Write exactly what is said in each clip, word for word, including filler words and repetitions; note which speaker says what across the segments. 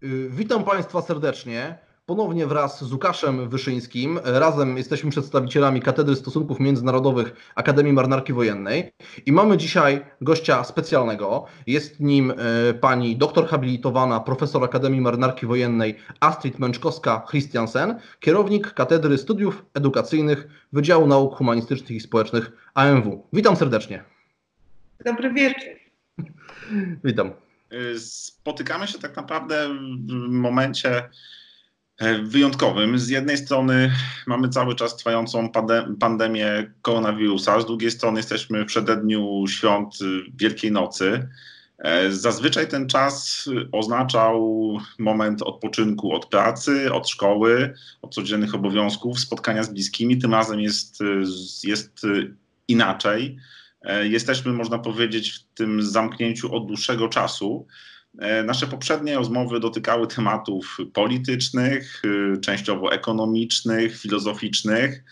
Speaker 1: Y, Witam Państwa serdecznie. Ponownie wraz z Łukaszem Wyszyńskim. Razem jesteśmy przedstawicielami Katedry Stosunków Międzynarodowych Akademii Marynarki Wojennej i mamy dzisiaj gościa specjalnego. Jest nim y, pani doktor habilitowana, profesor Akademii Marynarki Wojennej Astrid Męczkowska-Christiansen, kierownik Katedry Studiów Edukacyjnych Wydziału Nauk Humanistycznych i Społecznych A M W. Witam serdecznie.
Speaker 2: Dobry wieczór.
Speaker 1: Witam.
Speaker 3: Spotykamy się tak naprawdę w momencie wyjątkowym. Z jednej strony mamy cały czas trwającą pandemię koronawirusa, z drugiej strony jesteśmy w przededniu świąt Wielkiej Nocy. Zazwyczaj ten czas oznaczał moment odpoczynku od pracy, od szkoły, od codziennych obowiązków, spotkania z bliskimi. Tym razem jest, jest inaczej. Jesteśmy, można powiedzieć, w tym zamknięciu od dłuższego czasu. Nasze poprzednie rozmowy dotykały tematów politycznych, częściowo ekonomicznych, filozoficznych,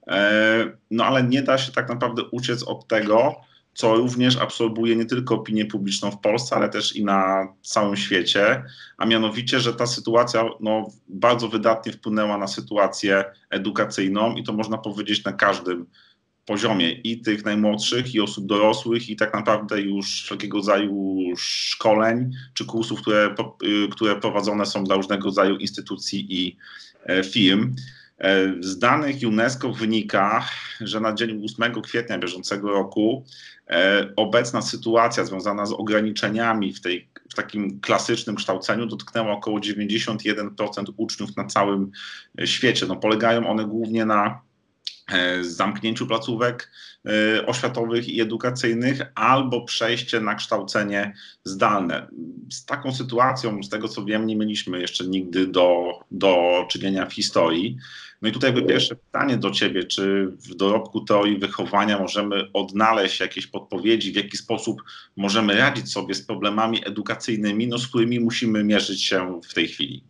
Speaker 3: no ale nie da się tak naprawdę uciec od tego, co również absorbuje nie tylko opinię publiczną w Polsce, ale też i na całym świecie, a mianowicie, że ta sytuacja no, bardzo wydatnie wpłynęła na sytuację edukacyjną i to można powiedzieć na każdym poziomie i tych najmłodszych, i osób dorosłych, i tak naprawdę już wszelkiego rodzaju szkoleń czy kursów, które, które prowadzone są dla różnego rodzaju instytucji i firm. Z danych UNESCO wynika, że na dzień ósmego kwietnia bieżącego roku obecna sytuacja związana z ograniczeniami w, tej, w takim klasycznym kształceniu dotknęła około dziewięćdziesiąt jeden procent uczniów na całym świecie. No, polegają one głównie na zamknięciu placówek oświatowych i edukacyjnych albo przejście na kształcenie zdalne. Z taką sytuacją, z tego co wiem, nie mieliśmy jeszcze nigdy do, do czynienia w historii. No i tutaj by pierwsze pytanie do Ciebie, czy w dorobku teorii wychowania możemy odnaleźć jakieś podpowiedzi, w jaki sposób możemy radzić sobie z problemami edukacyjnymi, no, z którymi musimy mierzyć się w tej chwili?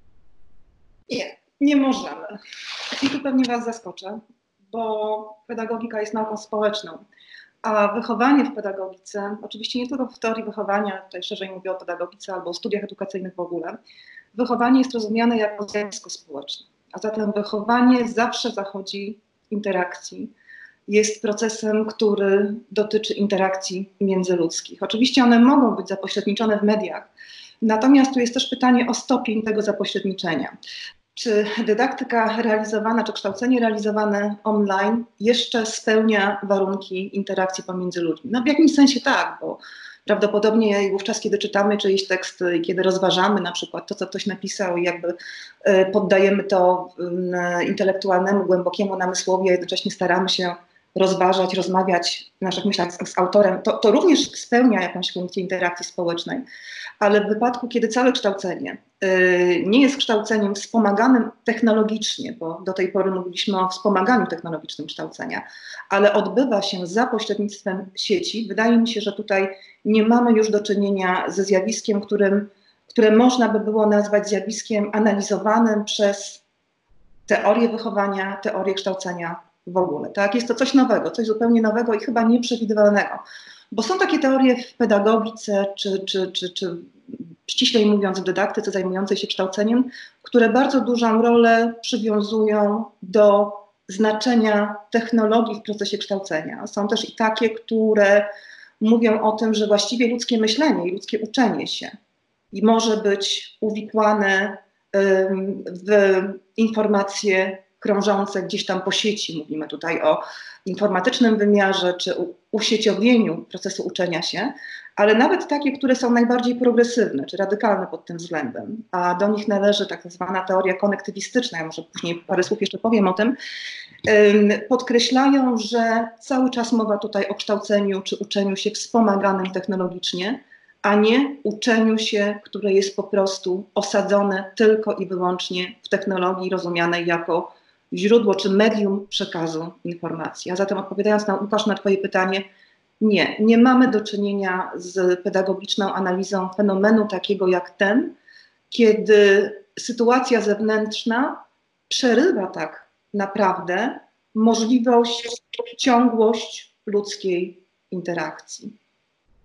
Speaker 2: Nie, nie możemy. I tu pewnie Was zaskoczę, bo pedagogika jest nauką społeczną, a wychowanie w pedagogice, oczywiście nie tylko w teorii wychowania, tutaj szerzej mówię o pedagogice albo o studiach edukacyjnych w ogóle, wychowanie jest rozumiane jako zjawisko społeczne, a zatem wychowanie zawsze zachodzi w interakcji, jest procesem, który dotyczy interakcji międzyludzkich. Oczywiście one mogą być zapośredniczone w mediach, natomiast tu jest też pytanie o stopień tego zapośredniczenia. Czy dydaktyka realizowana, czy kształcenie realizowane online jeszcze spełnia warunki interakcji pomiędzy ludźmi? No w jakimś sensie tak, bo prawdopodobnie wówczas, kiedy czytamy czyjś tekst, kiedy rozważamy na przykład to, co ktoś napisał i jakby poddajemy to intelektualnemu, głębokiemu namysłowi, a jednocześnie staramy się rozważać, rozmawiać w naszych myślach z, z autorem, to, to również spełnia jakąś funkcję interakcji społecznej. Ale w wypadku, kiedy całe kształcenie y, nie jest kształceniem wspomaganym technologicznie, bo do tej pory mówiliśmy o wspomaganiu technologicznym kształcenia, ale odbywa się za pośrednictwem sieci, wydaje mi się, że tutaj nie mamy już do czynienia ze zjawiskiem, którym, które można by było nazwać zjawiskiem analizowanym przez teorię wychowania, teorię kształcenia w ogóle. Tak? Jest to coś nowego, coś zupełnie nowego i chyba nieprzewidywalnego. Bo są takie teorie w pedagogice, czy, czy, czy, czy ściślej mówiąc w dydaktyce zajmującej się kształceniem, które bardzo dużą rolę przywiązują do znaczenia technologii w procesie kształcenia. Są też i takie, które mówią o tym, że właściwie ludzkie myślenie i ludzkie uczenie się i może być uwikłane ym, w informacje krążące gdzieś tam po sieci. Mówimy tutaj o informatycznym wymiarze czy usieciowieniu procesu uczenia się, ale nawet takie, które są najbardziej progresywne czy radykalne pod tym względem, a do nich należy tak zwana teoria konektywistyczna, ja może później parę słów jeszcze powiem o tym, podkreślają, że cały czas mowa tutaj o kształceniu czy uczeniu się wspomaganym technologicznie, a nie uczeniu się, które jest po prostu osadzone tylko i wyłącznie w technologii rozumianej jako źródło czy medium przekazu informacji. A zatem odpowiadając na, Łukasz, na Twoje pytanie, nie, nie mamy do czynienia z pedagogiczną analizą fenomenu takiego jak ten, kiedy sytuacja zewnętrzna przerywa tak naprawdę możliwość, ciągłość ludzkiej interakcji.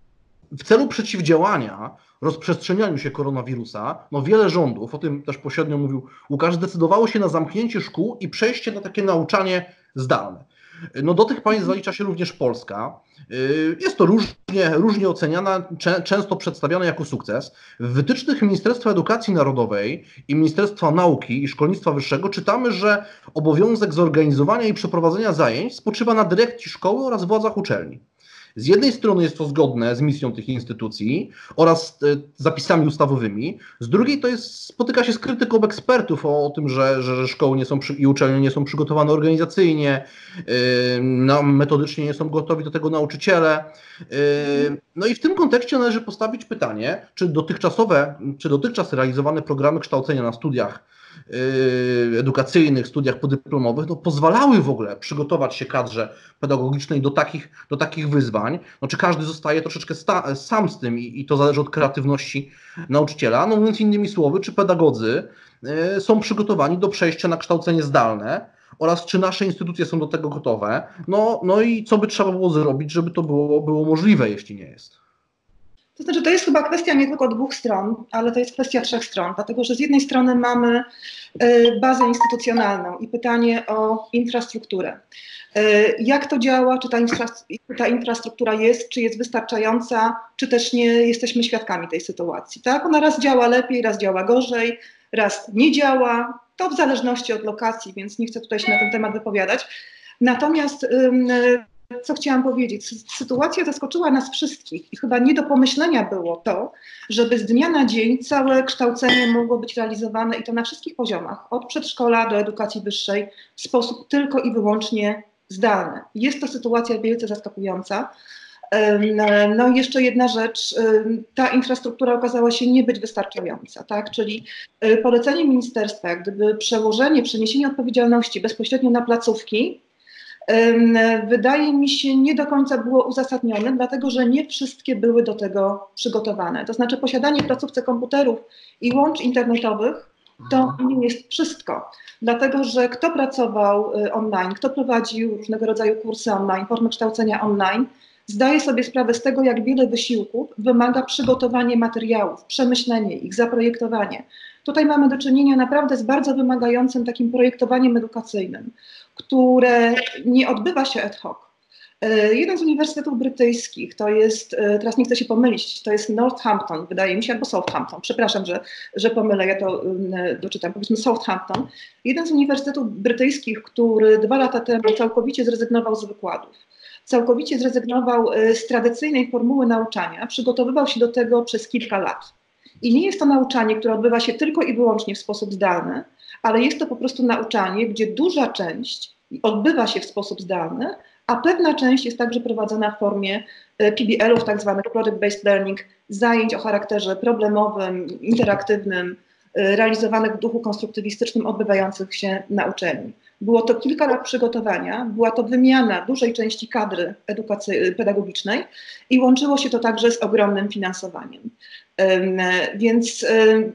Speaker 1: w celu przeciwdziałania rozprzestrzenianiu się koronawirusa, no wiele rządów, o tym też pośrednio mówił Łukasz, zdecydowało się na zamknięcie szkół i przejście na takie nauczanie zdalne. No do tych państw zalicza się również Polska. Jest to różnie, różnie oceniana, często przedstawiana jako sukces. W wytycznych Ministerstwa Edukacji Narodowej i Ministerstwa Nauki i Szkolnictwa Wyższego czytamy, że obowiązek zorganizowania i przeprowadzenia zajęć spoczywa na dyrekcji szkoły oraz władzach uczelni. Z jednej strony jest to zgodne z misją tych instytucji oraz zapisami ustawowymi, z drugiej to jest, spotyka się z krytyką ekspertów o, o tym, że, że szkoły nie są przy, i uczelnie nie są przygotowane organizacyjnie, yy, metodycznie nie są gotowi do tego nauczyciele. Yy, no i w tym kontekście należy postawić pytanie, czy dotychczasowe, czy dotychczas realizowane programy kształcenia na studiach edukacyjnych, studiach podyplomowych, no, pozwalały w ogóle przygotować się kadrze pedagogicznej do takich, do takich wyzwań. No, czy każdy zostaje troszeczkę sta, sam z tym i, i to zależy od kreatywności nauczyciela. No mówiąc innymi słowy, czy pedagodzy y, są przygotowani do przejścia na kształcenie zdalne oraz czy nasze instytucje są do tego gotowe. No, no i co by trzeba było zrobić, żeby to było, było możliwe, jeśli nie jest.
Speaker 2: To znaczy, to jest chyba kwestia nie tylko dwóch stron, ale to jest kwestia trzech stron, dlatego że z jednej strony mamy y, bazę instytucjonalną i pytanie o infrastrukturę. Y, jak to działa, czy ta, infra, ta infrastruktura jest, czy jest wystarczająca, czy też nie jesteśmy świadkami tej sytuacji. Tak? Ona raz działa lepiej, raz działa gorzej, raz nie działa, to w zależności od lokacji, więc nie chcę tutaj się na ten temat wypowiadać. Natomiast y, co chciałam powiedzieć? Sytuacja zaskoczyła nas wszystkich i chyba nie do pomyślenia było to, żeby z dnia na dzień całe kształcenie mogło być realizowane i to na wszystkich poziomach, od przedszkola do edukacji wyższej w sposób tylko i wyłącznie zdalny. Jest to sytuacja wielce zaskakująca. No i jeszcze jedna rzecz, ta infrastruktura okazała się nie być wystarczająca, tak? Czyli polecenie ministerstwa, jak gdyby przełożenie, przeniesienie odpowiedzialności bezpośrednio na placówki, wydaje mi się nie do końca było uzasadnione, dlatego że nie wszystkie były do tego przygotowane. To znaczy posiadanie w placówce komputerów i łącz internetowych to nie jest wszystko, dlatego że kto pracował online, kto prowadził różnego rodzaju kursy online, formy kształcenia online, zdaje sobie sprawę z tego, jak wiele wysiłków wymaga przygotowanie materiałów, przemyślenie ich, zaprojektowanie. Tutaj mamy do czynienia naprawdę z bardzo wymagającym takim projektowaniem edukacyjnym, które nie odbywa się ad hoc. Jeden z uniwersytetów brytyjskich, to jest, teraz nie chcę się pomylić, to jest Northampton, wydaje mi się, albo Southampton, przepraszam, że, że pomylę, ja to doczytam, powiedzmy Southampton. Jeden z uniwersytetów brytyjskich, który dwa lata temu całkowicie zrezygnował z wykładów, całkowicie zrezygnował z tradycyjnej formuły nauczania, przygotowywał się do tego przez kilka lat. I nie jest to nauczanie, które odbywa się tylko i wyłącznie w sposób zdalny, ale jest to po prostu nauczanie, gdzie duża część odbywa się w sposób zdalny, a pewna część jest także prowadzona w formie P B L-ów, tak zwanych Project-Based Learning, zajęć o charakterze problemowym, interaktywnym, realizowanych w duchu konstruktywistycznym, odbywających się na uczelni. Było to kilka lat przygotowania, była to wymiana dużej części kadry edukacji pedagogicznej i łączyło się to także z ogromnym finansowaniem. Więc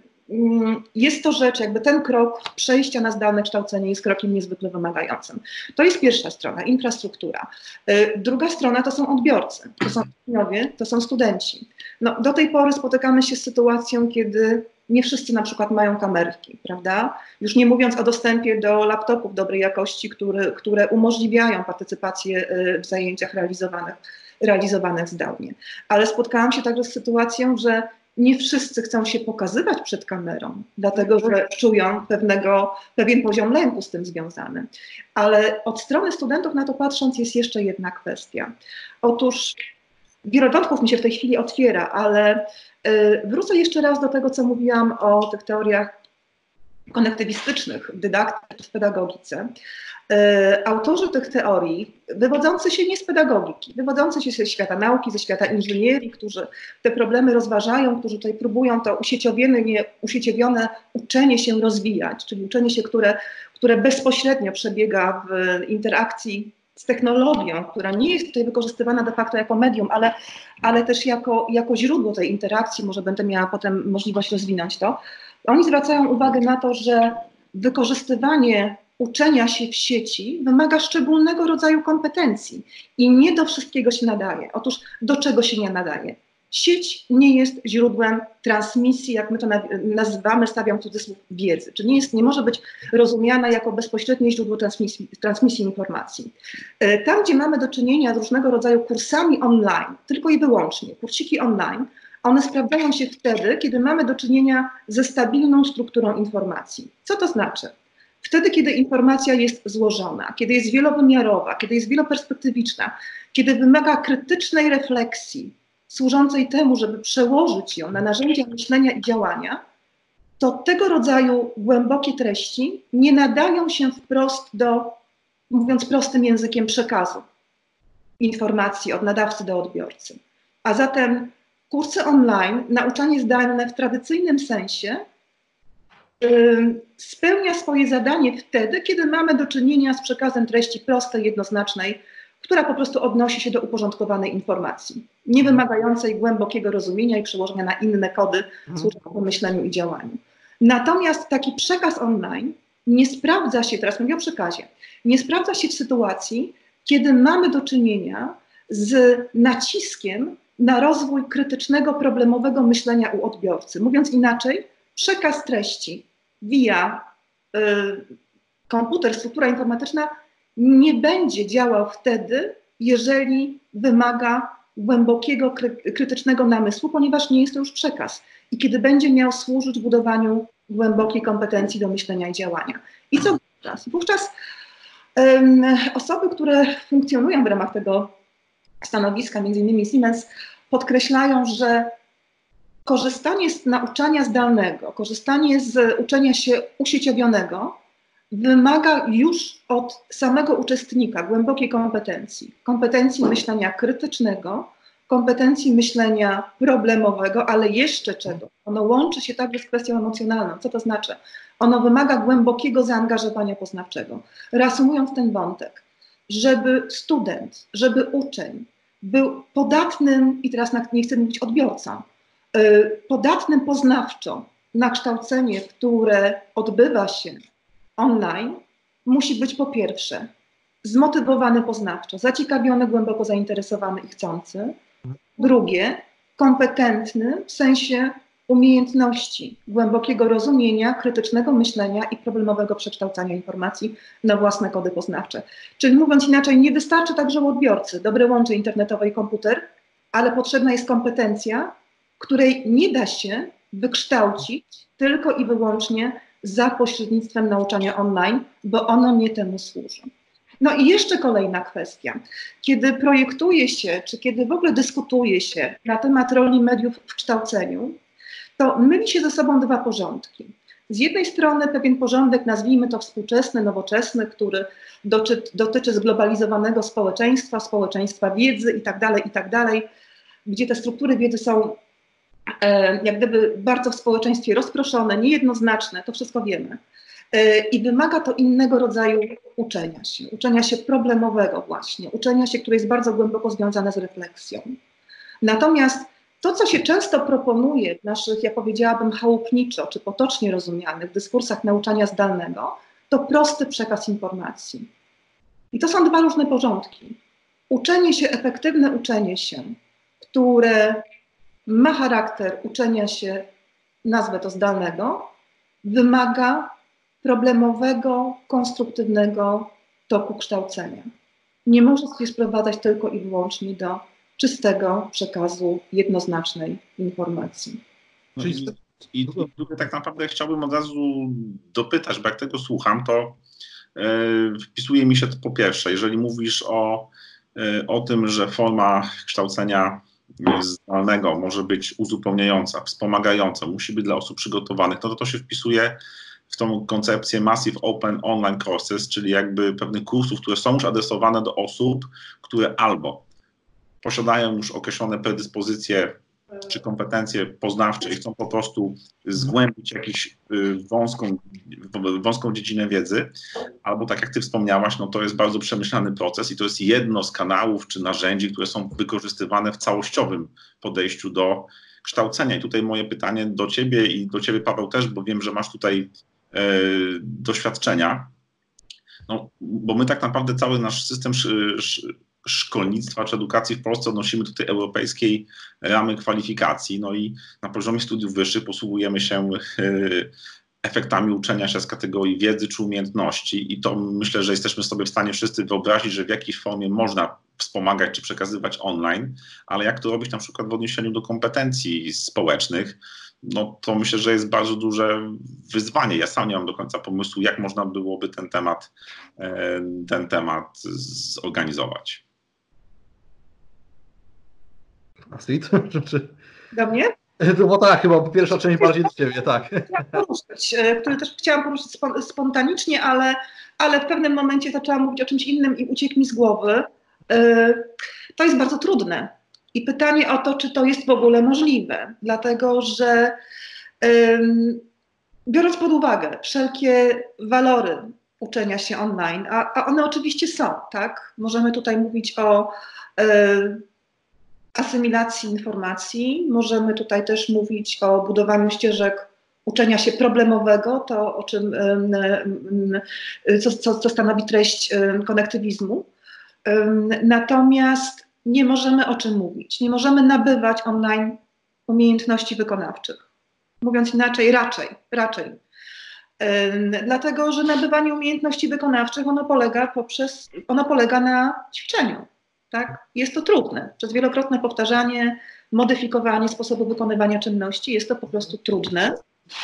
Speaker 2: jest to rzecz, jakby ten krok przejścia na zdalne kształcenie jest krokiem niezwykle wymagającym. To jest pierwsza strona, infrastruktura. Druga strona to są odbiorcy, to są uczniowie, to są studenci. No, do tej pory spotykamy się z sytuacją, kiedy nie wszyscy na przykład mają kamerki, prawda? Już nie mówiąc o dostępie do laptopów dobrej jakości, które, które umożliwiają partycypację w zajęciach realizowanych, realizowanych zdalnie. Ale spotkałam się także z sytuacją, że nie wszyscy chcą się pokazywać przed kamerą, dlatego że czują pewnego, pewien poziom lęku z tym związany. Ale od strony studentów na to patrząc jest jeszcze jedna kwestia. Otóż wiele wątków mi się w tej chwili otwiera, ale y, wrócę jeszcze raz do tego, co mówiłam o tych teoriach konektywistycznych w dydaktyce, w pedagogice. Y, autorzy tych teorii, wywodzący się nie z pedagogiki, wywodzący się ze świata nauki, ze świata inżynierii, którzy te problemy rozważają, którzy tutaj próbują to usieciowione, nie, usieciowione uczenie się rozwijać, czyli uczenie się, które, które bezpośrednio przebiega w interakcji z technologią, która nie jest tutaj wykorzystywana de facto jako medium, ale, ale też jako, jako źródło tej interakcji, może będę miała potem możliwość rozwinąć to. Oni zwracają uwagę na to, że wykorzystywanie uczenia się w sieci wymaga szczególnego rodzaju kompetencji i nie do wszystkiego się nadaje. Otóż do czego się nie nadaje? Sieć nie jest źródłem transmisji, jak my to nazywamy, stawiam cudzysłów, wiedzy. Czy nie, jest, nie może być rozumiana jako bezpośrednie źródło transmisji, transmisji informacji. Tam, gdzie mamy do czynienia z różnego rodzaju kursami online, tylko i wyłącznie, kursiki online, one sprawdzają się wtedy, kiedy mamy do czynienia ze stabilną strukturą informacji. Co to znaczy? Wtedy, kiedy informacja jest złożona, kiedy jest wielowymiarowa, kiedy jest wieloperspektywiczna, kiedy wymaga krytycznej refleksji, służącej temu, żeby przełożyć ją na narzędzia myślenia i działania, to tego rodzaju głębokie treści nie nadają się wprost do, mówiąc prostym językiem, przekazu informacji od nadawcy do odbiorcy. A zatem kursy online, nauczanie zdalne w tradycyjnym sensie yy, spełnia swoje zadanie wtedy, kiedy mamy do czynienia z przekazem treści prostej, jednoznacznej, która po prostu odnosi się do uporządkowanej informacji, nie wymagającej głębokiego rozumienia i przełożenia na inne kody służące myśleniu i działaniu. Natomiast taki przekaz online nie sprawdza się, teraz mówię o przekazie, nie sprawdza się w sytuacji, kiedy mamy do czynienia z naciskiem na rozwój krytycznego, problemowego myślenia u odbiorcy. Mówiąc inaczej, przekaz treści via y, komputer, struktura informatyczna nie będzie działał wtedy, jeżeli wymaga głębokiego, kry, krytycznego namysłu, ponieważ nie jest to już przekaz. I kiedy będzie miał służyć budowaniu głębokiej kompetencji do myślenia i działania. I co wówczas? Wówczas um, osoby, które funkcjonują w ramach tego stanowiska, między innymi Siemens, podkreślają, że korzystanie z nauczania zdalnego, korzystanie z uczenia się usieciowionego wymaga już od samego uczestnika głębokiej kompetencji. Kompetencji myślenia krytycznego, kompetencji myślenia problemowego, ale jeszcze czego? Ono łączy się także z kwestią emocjonalną. Co to znaczy? Ono wymaga głębokiego zaangażowania poznawczego. Reasumując ten wątek, żeby student, żeby uczeń był podatnym, i teraz nie chcę mówić odbiorcą, yy, podatnym poznawczo na kształcenie, które odbywa się online, musi być po pierwsze zmotywowany poznawczo, zaciekawiony, głęboko zainteresowany i chcący. Drugie, kompetentny w sensie umiejętności głębokiego rozumienia, krytycznego myślenia i problemowego przekształcania informacji na własne kody poznawcze. Czyli mówiąc inaczej, nie wystarczy także u odbiorcy dobre łącze internetowe i komputer, ale potrzebna jest kompetencja, której nie da się wykształcić tylko i wyłącznie za pośrednictwem nauczania online, bo ono nie temu służy. No i jeszcze kolejna kwestia. Kiedy projektuje się, czy kiedy w ogóle dyskutuje się na temat roli mediów w kształceniu, to myli się ze sobą dwa porządki. Z jednej strony pewien porządek, nazwijmy to współczesny, nowoczesny, który dotyczy, dotyczy zglobalizowanego społeczeństwa, społeczeństwa wiedzy itd., itd., gdzie te struktury wiedzy są e, jak gdyby bardzo w społeczeństwie rozproszone, niejednoznaczne, to wszystko wiemy. E, I wymaga to innego rodzaju uczenia się, uczenia się problemowego właśnie, uczenia się, które jest bardzo głęboko związane z refleksją. Natomiast to, co się często proponuje w naszych, ja powiedziałabym, chałupniczo czy potocznie rozumianych dyskursach nauczania zdalnego, to prosty przekaz informacji. I to są dwa różne porządki. Uczenie się, efektywne uczenie się, które ma charakter uczenia się, nazwę to zdalnego, wymaga problemowego, konstruktywnego toku kształcenia. Nie może się sprowadzać tylko i wyłącznie do czystego przekazu jednoznacznej informacji.
Speaker 3: No i, i, i tak naprawdę chciałbym od razu dopytać, bo jak tego słucham, to yy, wpisuje mi się to po pierwsze, jeżeli mówisz o, yy, o tym, że forma kształcenia zdalnego może być uzupełniająca, wspomagająca, musi być dla osób przygotowanych, no to to się wpisuje w tą koncepcję Massive Open Online Courses, czyli jakby pewnych kursów, które są już adresowane do osób, które albo posiadają już określone predyspozycje czy kompetencje poznawcze i chcą po prostu zgłębić jakąś wąską, wąską dziedzinę wiedzy, albo tak jak ty wspomniałaś, no to jest bardzo przemyślany proces i to jest jedno z kanałów czy narzędzi, które są wykorzystywane w całościowym podejściu do kształcenia. I tutaj moje pytanie do ciebie i do ciebie, Paweł, też, bo wiem, że masz tutaj e, doświadczenia, no, bo my tak naprawdę cały nasz system sz, sz, szkolnictwa czy edukacji w Polsce odnosimy do tej europejskiej ramy kwalifikacji, no i na poziomie studiów wyższych posługujemy się efektami uczenia się z kategorii wiedzy czy umiejętności i to myślę, że jesteśmy sobie w stanie wszyscy wyobrazić, że w jakiejś formie można wspomagać czy przekazywać online, ale jak to robić na przykład w odniesieniu do kompetencji społecznych, no to myślę, że jest bardzo duże wyzwanie. Ja sam nie mam do końca pomysłu, jak można byłoby ten temat, ten temat zorganizować.
Speaker 1: Astrid?
Speaker 2: Do mnie?
Speaker 1: No bo tak, chyba pierwsza część bardziej do ciebie, tak.
Speaker 2: Chciałam poruszyć, który też chciałam poruszyć spontanicznie, ale, ale w pewnym momencie zaczęłam mówić o czymś innym i uciekł mi z głowy. To jest bardzo trudne. I pytanie o to, czy to jest w ogóle możliwe, dlatego że biorąc pod uwagę wszelkie walory uczenia się online, a, a one oczywiście są, tak? Możemy tutaj mówić o asymilacji informacji, możemy tutaj też mówić o budowaniu ścieżek uczenia się problemowego, to o czym, co, co, co stanowi treść konektywizmu. Natomiast nie możemy o czym mówić, nie możemy nabywać online umiejętności wykonawczych. Mówiąc inaczej, raczej, raczej. Dlatego, że nabywanie umiejętności wykonawczych, ono polega, poprzez, ono polega na ćwiczeniu. Tak? Jest to trudne. Przez wielokrotne powtarzanie, modyfikowanie sposobu wykonywania czynności jest to po prostu trudne.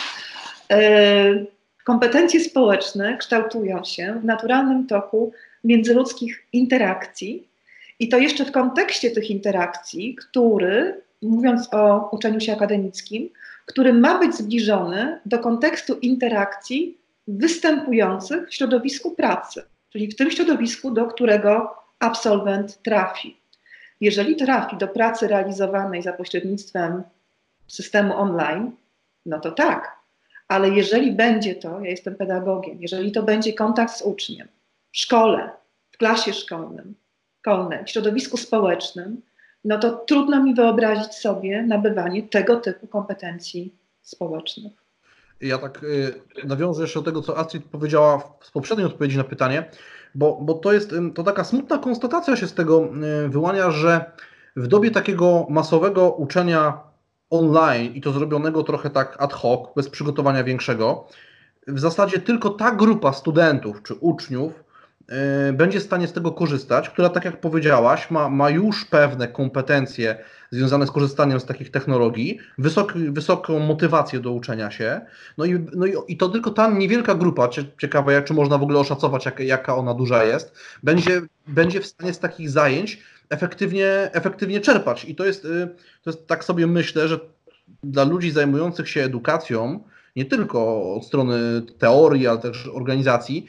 Speaker 2: Kompetencje społeczne kształtują się w naturalnym toku międzyludzkich interakcji i to jeszcze w kontekście tych interakcji, który, mówiąc o uczeniu się akademickim, który ma być zbliżony do kontekstu interakcji występujących w środowisku pracy, czyli w tym środowisku, do którego absolwent trafi. Jeżeli trafi do pracy realizowanej za pośrednictwem systemu online, no to tak, ale jeżeli będzie to, ja jestem pedagogiem, jeżeli to będzie kontakt z uczniem w szkole, w klasie szkolnym, szkolnym, w środowisku społecznym, no to trudno mi wyobrazić sobie nabywanie tego typu kompetencji społecznych.
Speaker 1: Ja tak y, nawiążę jeszcze do tego, co Astrid powiedziała w poprzedniej odpowiedzi na pytanie, bo, bo to jest to taka smutna konstatacja się z tego y, wyłania, że w dobie takiego masowego uczenia online i to zrobionego trochę tak ad hoc, bez przygotowania większego, w zasadzie tylko ta grupa studentów czy uczniów y, będzie w stanie z tego korzystać, która, tak jak powiedziałaś, ma, ma już pewne kompetencje związane z korzystaniem z takich technologii, wysoki, wysoką motywację do uczenia się, no i, no i, i to tylko ta niewielka grupa, ciekawe, jak, czy można w ogóle oszacować, jak, jaka ona duża jest, będzie, będzie w stanie z takich zajęć efektywnie, efektywnie czerpać. I to jest, to jest, tak sobie myślę, że dla ludzi zajmujących się edukacją, nie tylko od strony teorii, ale też organizacji,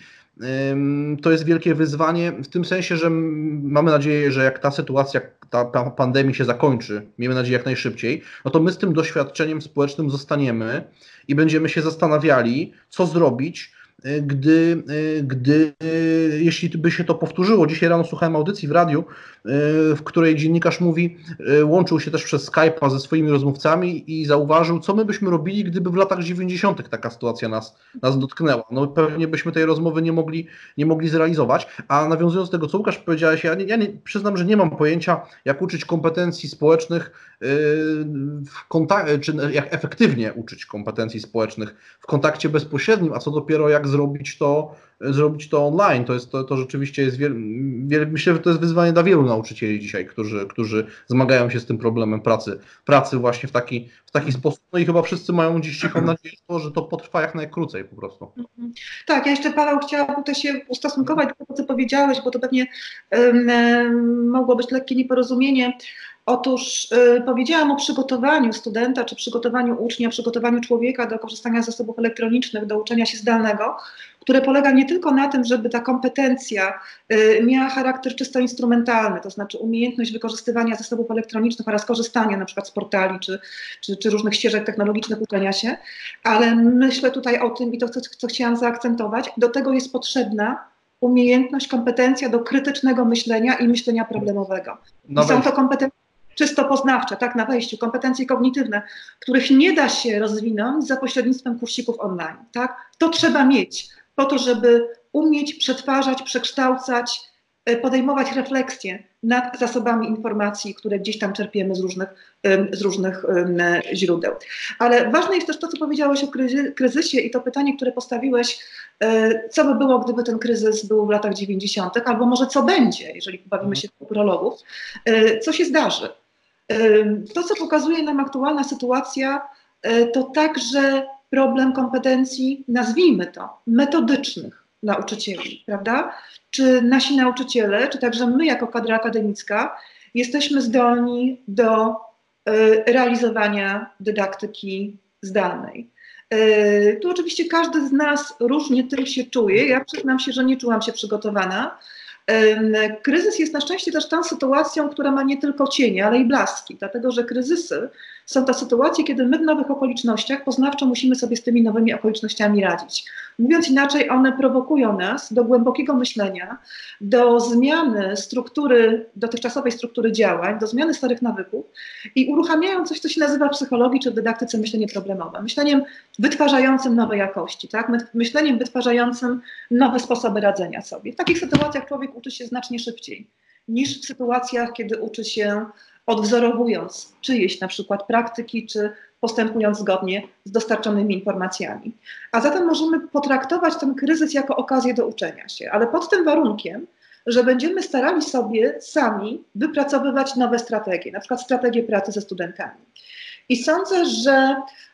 Speaker 1: to jest wielkie wyzwanie w tym sensie, że mamy nadzieję, że jak ta sytuacja, ta pandemia się zakończy, miejmy nadzieję jak najszybciej, no to my z tym doświadczeniem społecznym zostaniemy i będziemy się zastanawiali, co zrobić, gdy, gdy jeśli by się to powtórzyło. Dzisiaj rano słuchałem audycji w radiu, w której dziennikarz mówi, łączył się też przez Skype'a ze swoimi rozmówcami i zauważył, co my byśmy robili, gdyby w latach dziewięćdziesiątych taka sytuacja nas, nas dotknęła. No pewnie byśmy tej rozmowy nie mogli, nie mogli zrealizować, a nawiązując do tego, co Łukasz powiedziałeś, ja, nie, ja nie, przyznam, że nie mam pojęcia, jak uczyć kompetencji społecznych, w kontak- czy jak efektywnie uczyć kompetencji społecznych w kontakcie bezpośrednim, a co dopiero jak zrobić to, zrobić to online. To, jest, to, to rzeczywiście jest, wiel, wiel, myślę, że to jest wyzwanie dla wielu nauczycieli dzisiaj, którzy, którzy zmagają się z tym problemem pracy, pracy właśnie w taki, w taki sposób. No i chyba wszyscy mają dziś cichą nadzieję, że to potrwa jak najkrócej po prostu.
Speaker 2: Tak, ja jeszcze, Paweł, chciałabym tutaj się ustosunkować do tego, co powiedziałeś, bo to pewnie um, mogło być lekkie nieporozumienie. Otóż y, powiedziałam o przygotowaniu studenta, czy przygotowaniu ucznia, przygotowaniu człowieka do korzystania z zasobów elektronicznych, do uczenia się zdalnego, które polega nie tylko na tym, żeby ta kompetencja y, miała charakter czysto instrumentalny, to znaczy umiejętność wykorzystywania zasobów elektronicznych oraz korzystania na przykład z portali, czy, czy, czy różnych ścieżek technologicznych uczenia się, ale myślę tutaj o tym i to, co, co chciałam zaakcentować, do tego jest potrzebna umiejętność, kompetencja do krytycznego myślenia i myślenia problemowego. I są to kompetencje czysto poznawcze, tak, na wejściu, kompetencje kognitywne, których nie da się rozwinąć za pośrednictwem kursików online, tak. To trzeba mieć po to, żeby umieć przetwarzać, przekształcać podejmować refleksję nad zasobami informacji, które gdzieś tam czerpiemy z różnych, z różnych źródeł. Ale ważne jest też to, co powiedziałeś o kryzysie i to pytanie, które postawiłeś, co by było, gdyby ten kryzys był w latach dziewięćdziesiątych, albo może co będzie, jeżeli pobawimy się w prologów, co się zdarzy. To, co pokazuje nam aktualna sytuacja, to także problem kompetencji, nazwijmy to, metodycznych nauczycieli, prawda? Czy nasi nauczyciele, czy także my jako kadra akademicka jesteśmy zdolni do y, realizowania dydaktyki zdalnej. Y, tu oczywiście każdy z nas różnie tym się czuje. Ja przyznam się, że nie czułam się przygotowana. Y, kryzys jest na szczęście też tą sytuacją, która ma nie tylko cienie, ale i blaski, dlatego że kryzysy są to sytuacje, kiedy my w nowych okolicznościach poznawczo musimy sobie z tymi nowymi okolicznościami radzić. Mówiąc inaczej, one prowokują nas do głębokiego myślenia, do zmiany struktury, dotychczasowej struktury działań, do zmiany starych nawyków i uruchamiają coś, co się nazywa w psychologii czy w dydaktyce myślenie problemowe. Myśleniem wytwarzającym nowe jakości, tak? Myśleniem wytwarzającym nowe sposoby radzenia sobie. W takich sytuacjach człowiek uczy się znacznie szybciej niż w sytuacjach, kiedy uczy się odwzorowując czyjeś na przykład praktyki, czy postępując zgodnie z dostarczonymi informacjami. A zatem możemy potraktować ten kryzys jako okazję do uczenia się, ale pod tym warunkiem, że będziemy starali sobie sami wypracowywać nowe strategie, na przykład strategie pracy ze studentami. I sądzę, że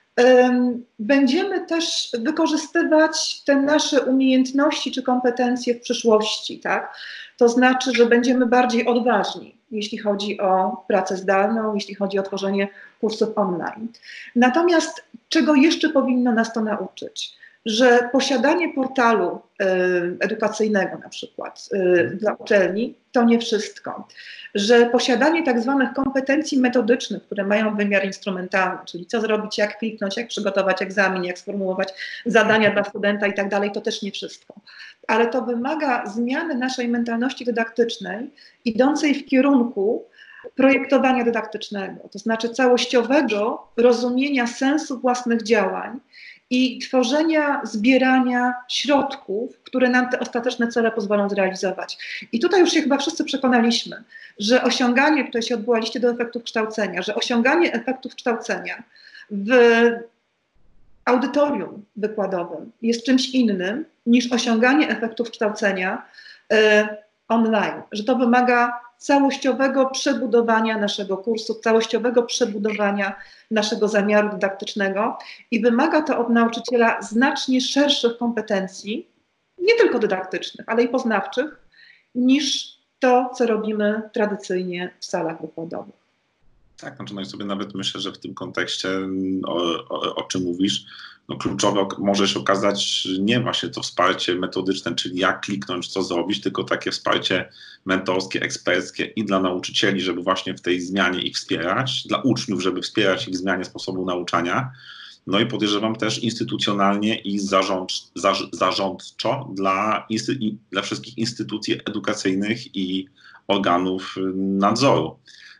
Speaker 2: um, będziemy też wykorzystywać te nasze umiejętności czy kompetencje w przyszłości, tak? To znaczy, że będziemy bardziej odważni, jeśli chodzi o pracę zdalną, jeśli chodzi o tworzenie kursów online. Natomiast czego jeszcze powinno nas to nauczyć? Że posiadanie portalu y, edukacyjnego na przykład y, dla uczelni to nie wszystko. Że posiadanie tak zwanych kompetencji metodycznych, które mają wymiar instrumentalny, czyli co zrobić, jak kliknąć, jak przygotować egzamin, jak sformułować zadania dla studenta i tak dalej, to też nie wszystko. Ale to wymaga zmiany naszej mentalności dydaktycznej, idącej w kierunku projektowania dydaktycznego, to znaczy całościowego rozumienia sensu własnych działań i tworzenia, zbierania środków, które nam te ostateczne cele pozwolą zrealizować. I tutaj już się chyba wszyscy przekonaliśmy, że osiąganie, tutaj się odwołaliście do efektów kształcenia, że osiąganie efektów kształcenia w audytorium wykładowym jest czymś innym niż osiąganie efektów kształcenia y, online, że to wymaga całościowego przebudowania naszego kursu, całościowego przebudowania naszego zamiaru dydaktycznego i wymaga to od nauczyciela znacznie szerszych kompetencji, nie tylko dydaktycznych, ale i poznawczych, niż to, co robimy tradycyjnie w salach wykładowych.
Speaker 3: Tak, znaczy no i sobie nawet myślę, że w tym kontekście, o, o, o czym mówisz, no kluczowe może się okazać nie właśnie to wsparcie metodyczne, czyli jak kliknąć, co zrobić, tylko takie wsparcie mentorskie, eksperckie i dla nauczycieli, żeby właśnie w tej zmianie ich wspierać, dla uczniów, żeby wspierać ich w zmianie sposobu nauczania, no i podejrzewam też instytucjonalnie i zarząd, zarz, zarządczo dla, insty, dla wszystkich instytucji edukacyjnych i organów nadzoru.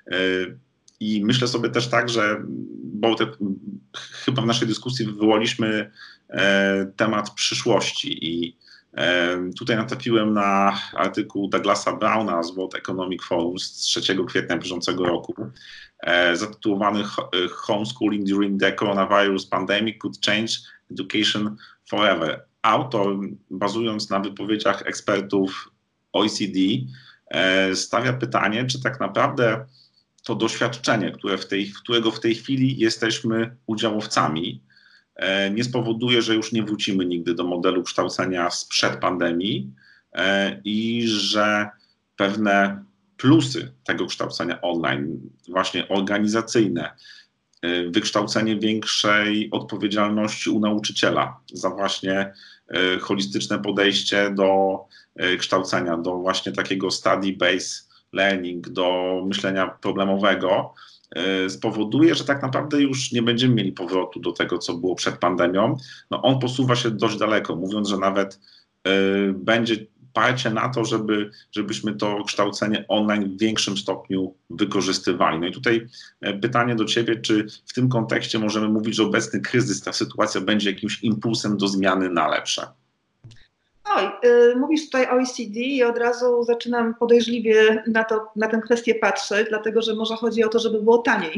Speaker 3: I myślę sobie też tak, że bo te, chyba w naszej dyskusji wywołaliśmy e, temat przyszłości i e, tutaj natrafiłem na artykuł Douglasa Browna z World Economic Forum z trzeciego kwietnia bieżącego roku e, zatytułowany Homeschooling During the Coronavirus Pandemic Could Change Education Forever. Autor, bazując na wypowiedziach ekspertów O E C D, e, stawia pytanie, czy tak naprawdę to doświadczenie, które w tej, którego w tej chwili jesteśmy udziałowcami, e, nie spowoduje, że już nie wrócimy nigdy do modelu kształcenia sprzed pandemii e, i że pewne plusy tego kształcenia online, właśnie organizacyjne, e, wykształcenie większej odpowiedzialności u nauczyciela za właśnie e, holistyczne podejście do e, kształcenia, do właśnie takiego study-based learning, do myślenia problemowego, y, spowoduje, że tak naprawdę już nie będziemy mieli powrotu do tego, co było przed pandemią. No on posuwa się dość daleko, mówiąc, że nawet y, będzie parcie na to, żeby, żebyśmy to kształcenie online w większym stopniu wykorzystywali. No i tutaj pytanie do ciebie, czy w tym kontekście możemy mówić, że obecny kryzys, ta sytuacja będzie jakimś impulsem do zmiany na lepsze?
Speaker 2: Oj, y, mówisz tutaj o O E C D i od razu zaczynam podejrzliwie na, to, na tę kwestię patrzeć, dlatego że może chodzi o to, żeby było taniej.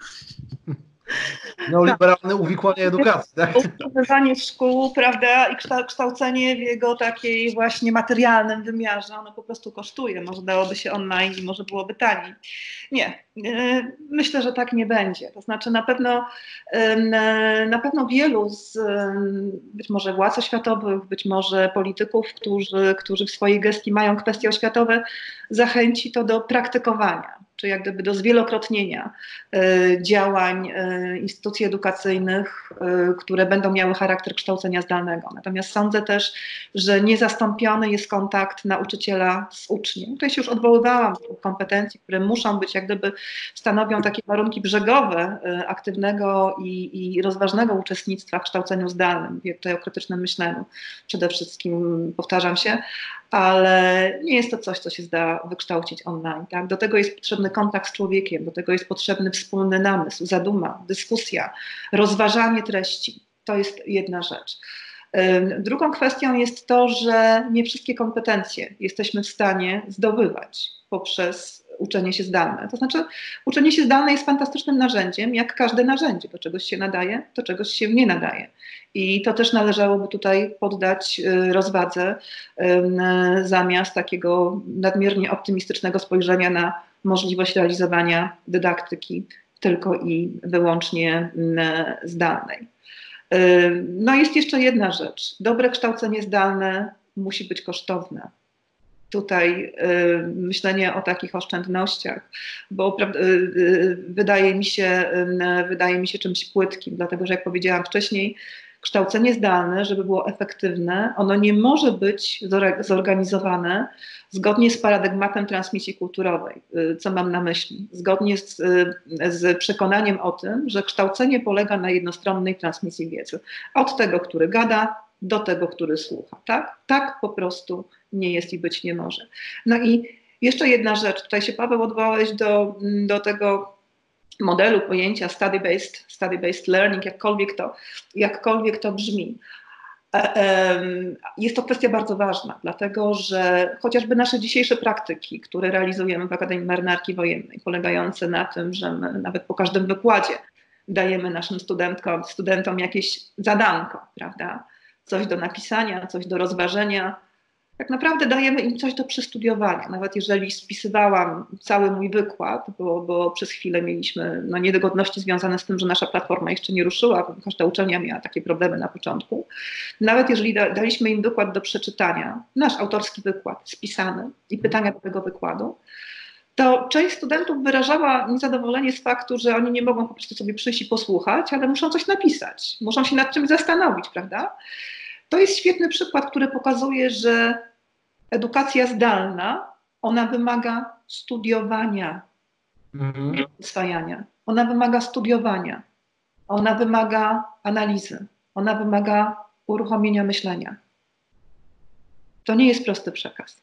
Speaker 1: Neoliberalne uwikłanie edukacji, tak?
Speaker 2: Utrzymywanie szkół, prawda, i kształcenie w jego takiej właśnie materialnym wymiarze, ono po prostu kosztuje. Może dałoby się online i może byłoby taniej. Nie, myślę, że tak nie będzie. To znaczy na pewno, na pewno wielu z być może władz oświatowych, być może polityków, którzy, którzy w swojej gestii mają kwestie oświatowe, zachęci to do praktykowania, czy jak gdyby do zwielokrotnienia y, działań y, instytucji edukacyjnych, y, które będą miały charakter kształcenia zdalnego. Natomiast sądzę też, że niezastąpiony jest kontakt nauczyciela z uczniem. Tutaj się już odwoływałam do kompetencji, które muszą być, jak gdyby stanowią takie warunki brzegowe y, aktywnego i, i rozważnego uczestnictwa w kształceniu zdalnym. Mówię tutaj o krytycznym myśleniu przede wszystkim, powtarzam się, ale nie jest to coś, co się da wykształcić online. Tak? Do tego jest potrzebny kontakt z człowiekiem, do tego jest potrzebny wspólny namysł, zaduma, dyskusja, rozważanie treści. To jest jedna rzecz. Drugą kwestią jest to, że nie wszystkie kompetencje jesteśmy w stanie zdobywać poprzez uczenie się zdalne. To znaczy uczenie się zdalne jest fantastycznym narzędziem, jak każde narzędzie. Do czegoś się nadaje, do czegoś się nie nadaje. I to też należałoby tutaj poddać rozwadze zamiast takiego nadmiernie optymistycznego spojrzenia na możliwość realizowania dydaktyki tylko i wyłącznie zdalnej. No jest jeszcze jedna rzecz. Dobre kształcenie zdalne musi być kosztowne. Tutaj y, myślenie o takich oszczędnościach, bo y, y, wydaje mi się, y, wydaje mi się czymś płytkim, dlatego że jak powiedziałam wcześniej, kształcenie zdalne, żeby było efektywne, ono nie może być zorganizowane zgodnie z paradygmatem transmisji kulturowej. Co mam na myśli? Zgodnie z, z przekonaniem o tym, że kształcenie polega na jednostronnej transmisji wiedzy. Od tego, który gada, do tego, który słucha. Tak? Tak po prostu nie jest i być nie może. No i jeszcze jedna rzecz. Tutaj się, Paweł, odwołałeś do, do tego modelu, pojęcia study-based, study-based learning, jakkolwiek to, jakkolwiek to brzmi. Jest to kwestia bardzo ważna, dlatego że chociażby nasze dzisiejsze praktyki, które realizujemy w Akademii Marynarki Wojennej, polegające na tym, że my nawet po każdym wykładzie dajemy naszym studentkom, studentom jakieś zadanko, prawda? Coś do napisania, coś do rozważenia. Tak naprawdę dajemy im coś do przestudiowania. Nawet jeżeli spisywałam cały mój wykład, bo, bo przez chwilę mieliśmy no, niedogodności związane z tym, że nasza platforma jeszcze nie ruszyła, bo każda uczelnia miała takie problemy na początku. Nawet jeżeli da, daliśmy im wykład do przeczytania, nasz autorski wykład spisany i pytania do tego wykładu, to część studentów wyrażała niezadowolenie z faktu, że oni nie mogą po prostu sobie przyjść i posłuchać, ale muszą coś napisać, muszą się nad czymś zastanowić, prawda? To jest świetny przykład, który pokazuje, że edukacja zdalna, ona wymaga studiowania,
Speaker 1: Mhm.
Speaker 2: nie uswajania. Ona wymaga studiowania, ona wymaga analizy, ona wymaga uruchomienia myślenia. To nie jest prosty przekaz.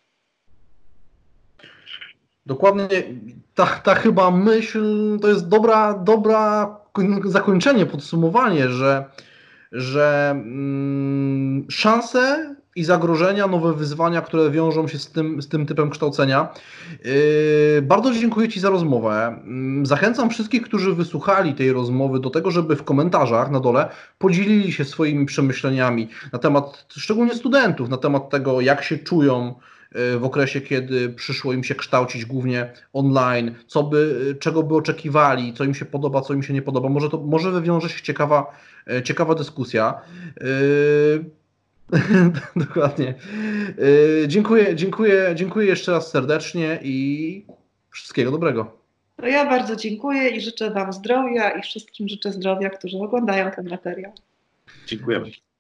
Speaker 1: Dokładnie ta, ta chyba myśl to jest dobra, dobra zakończenie, podsumowanie, że, że mm, szanse i zagrożenia, nowe wyzwania, które wiążą się z tym, z tym typem kształcenia. Yy, bardzo dziękuję Ci za rozmowę. Yy, zachęcam wszystkich, którzy wysłuchali tej rozmowy do tego, żeby w komentarzach na dole podzielili się swoimi przemyśleniami na temat, szczególnie studentów, na temat tego, jak się czują w okresie, kiedy przyszło im się kształcić głównie online, co by, czego by oczekiwali, co im się podoba, co im się nie podoba. Może to może wywiąże się ciekawa, ciekawa dyskusja. Yy, dokładnie. Yy, dziękuję, dziękuję, dziękuję jeszcze raz serdecznie i wszystkiego dobrego.
Speaker 2: To ja bardzo dziękuję i życzę Wam zdrowia i wszystkim życzę zdrowia, którzy oglądają ten materiał.
Speaker 3: Dziękujemy.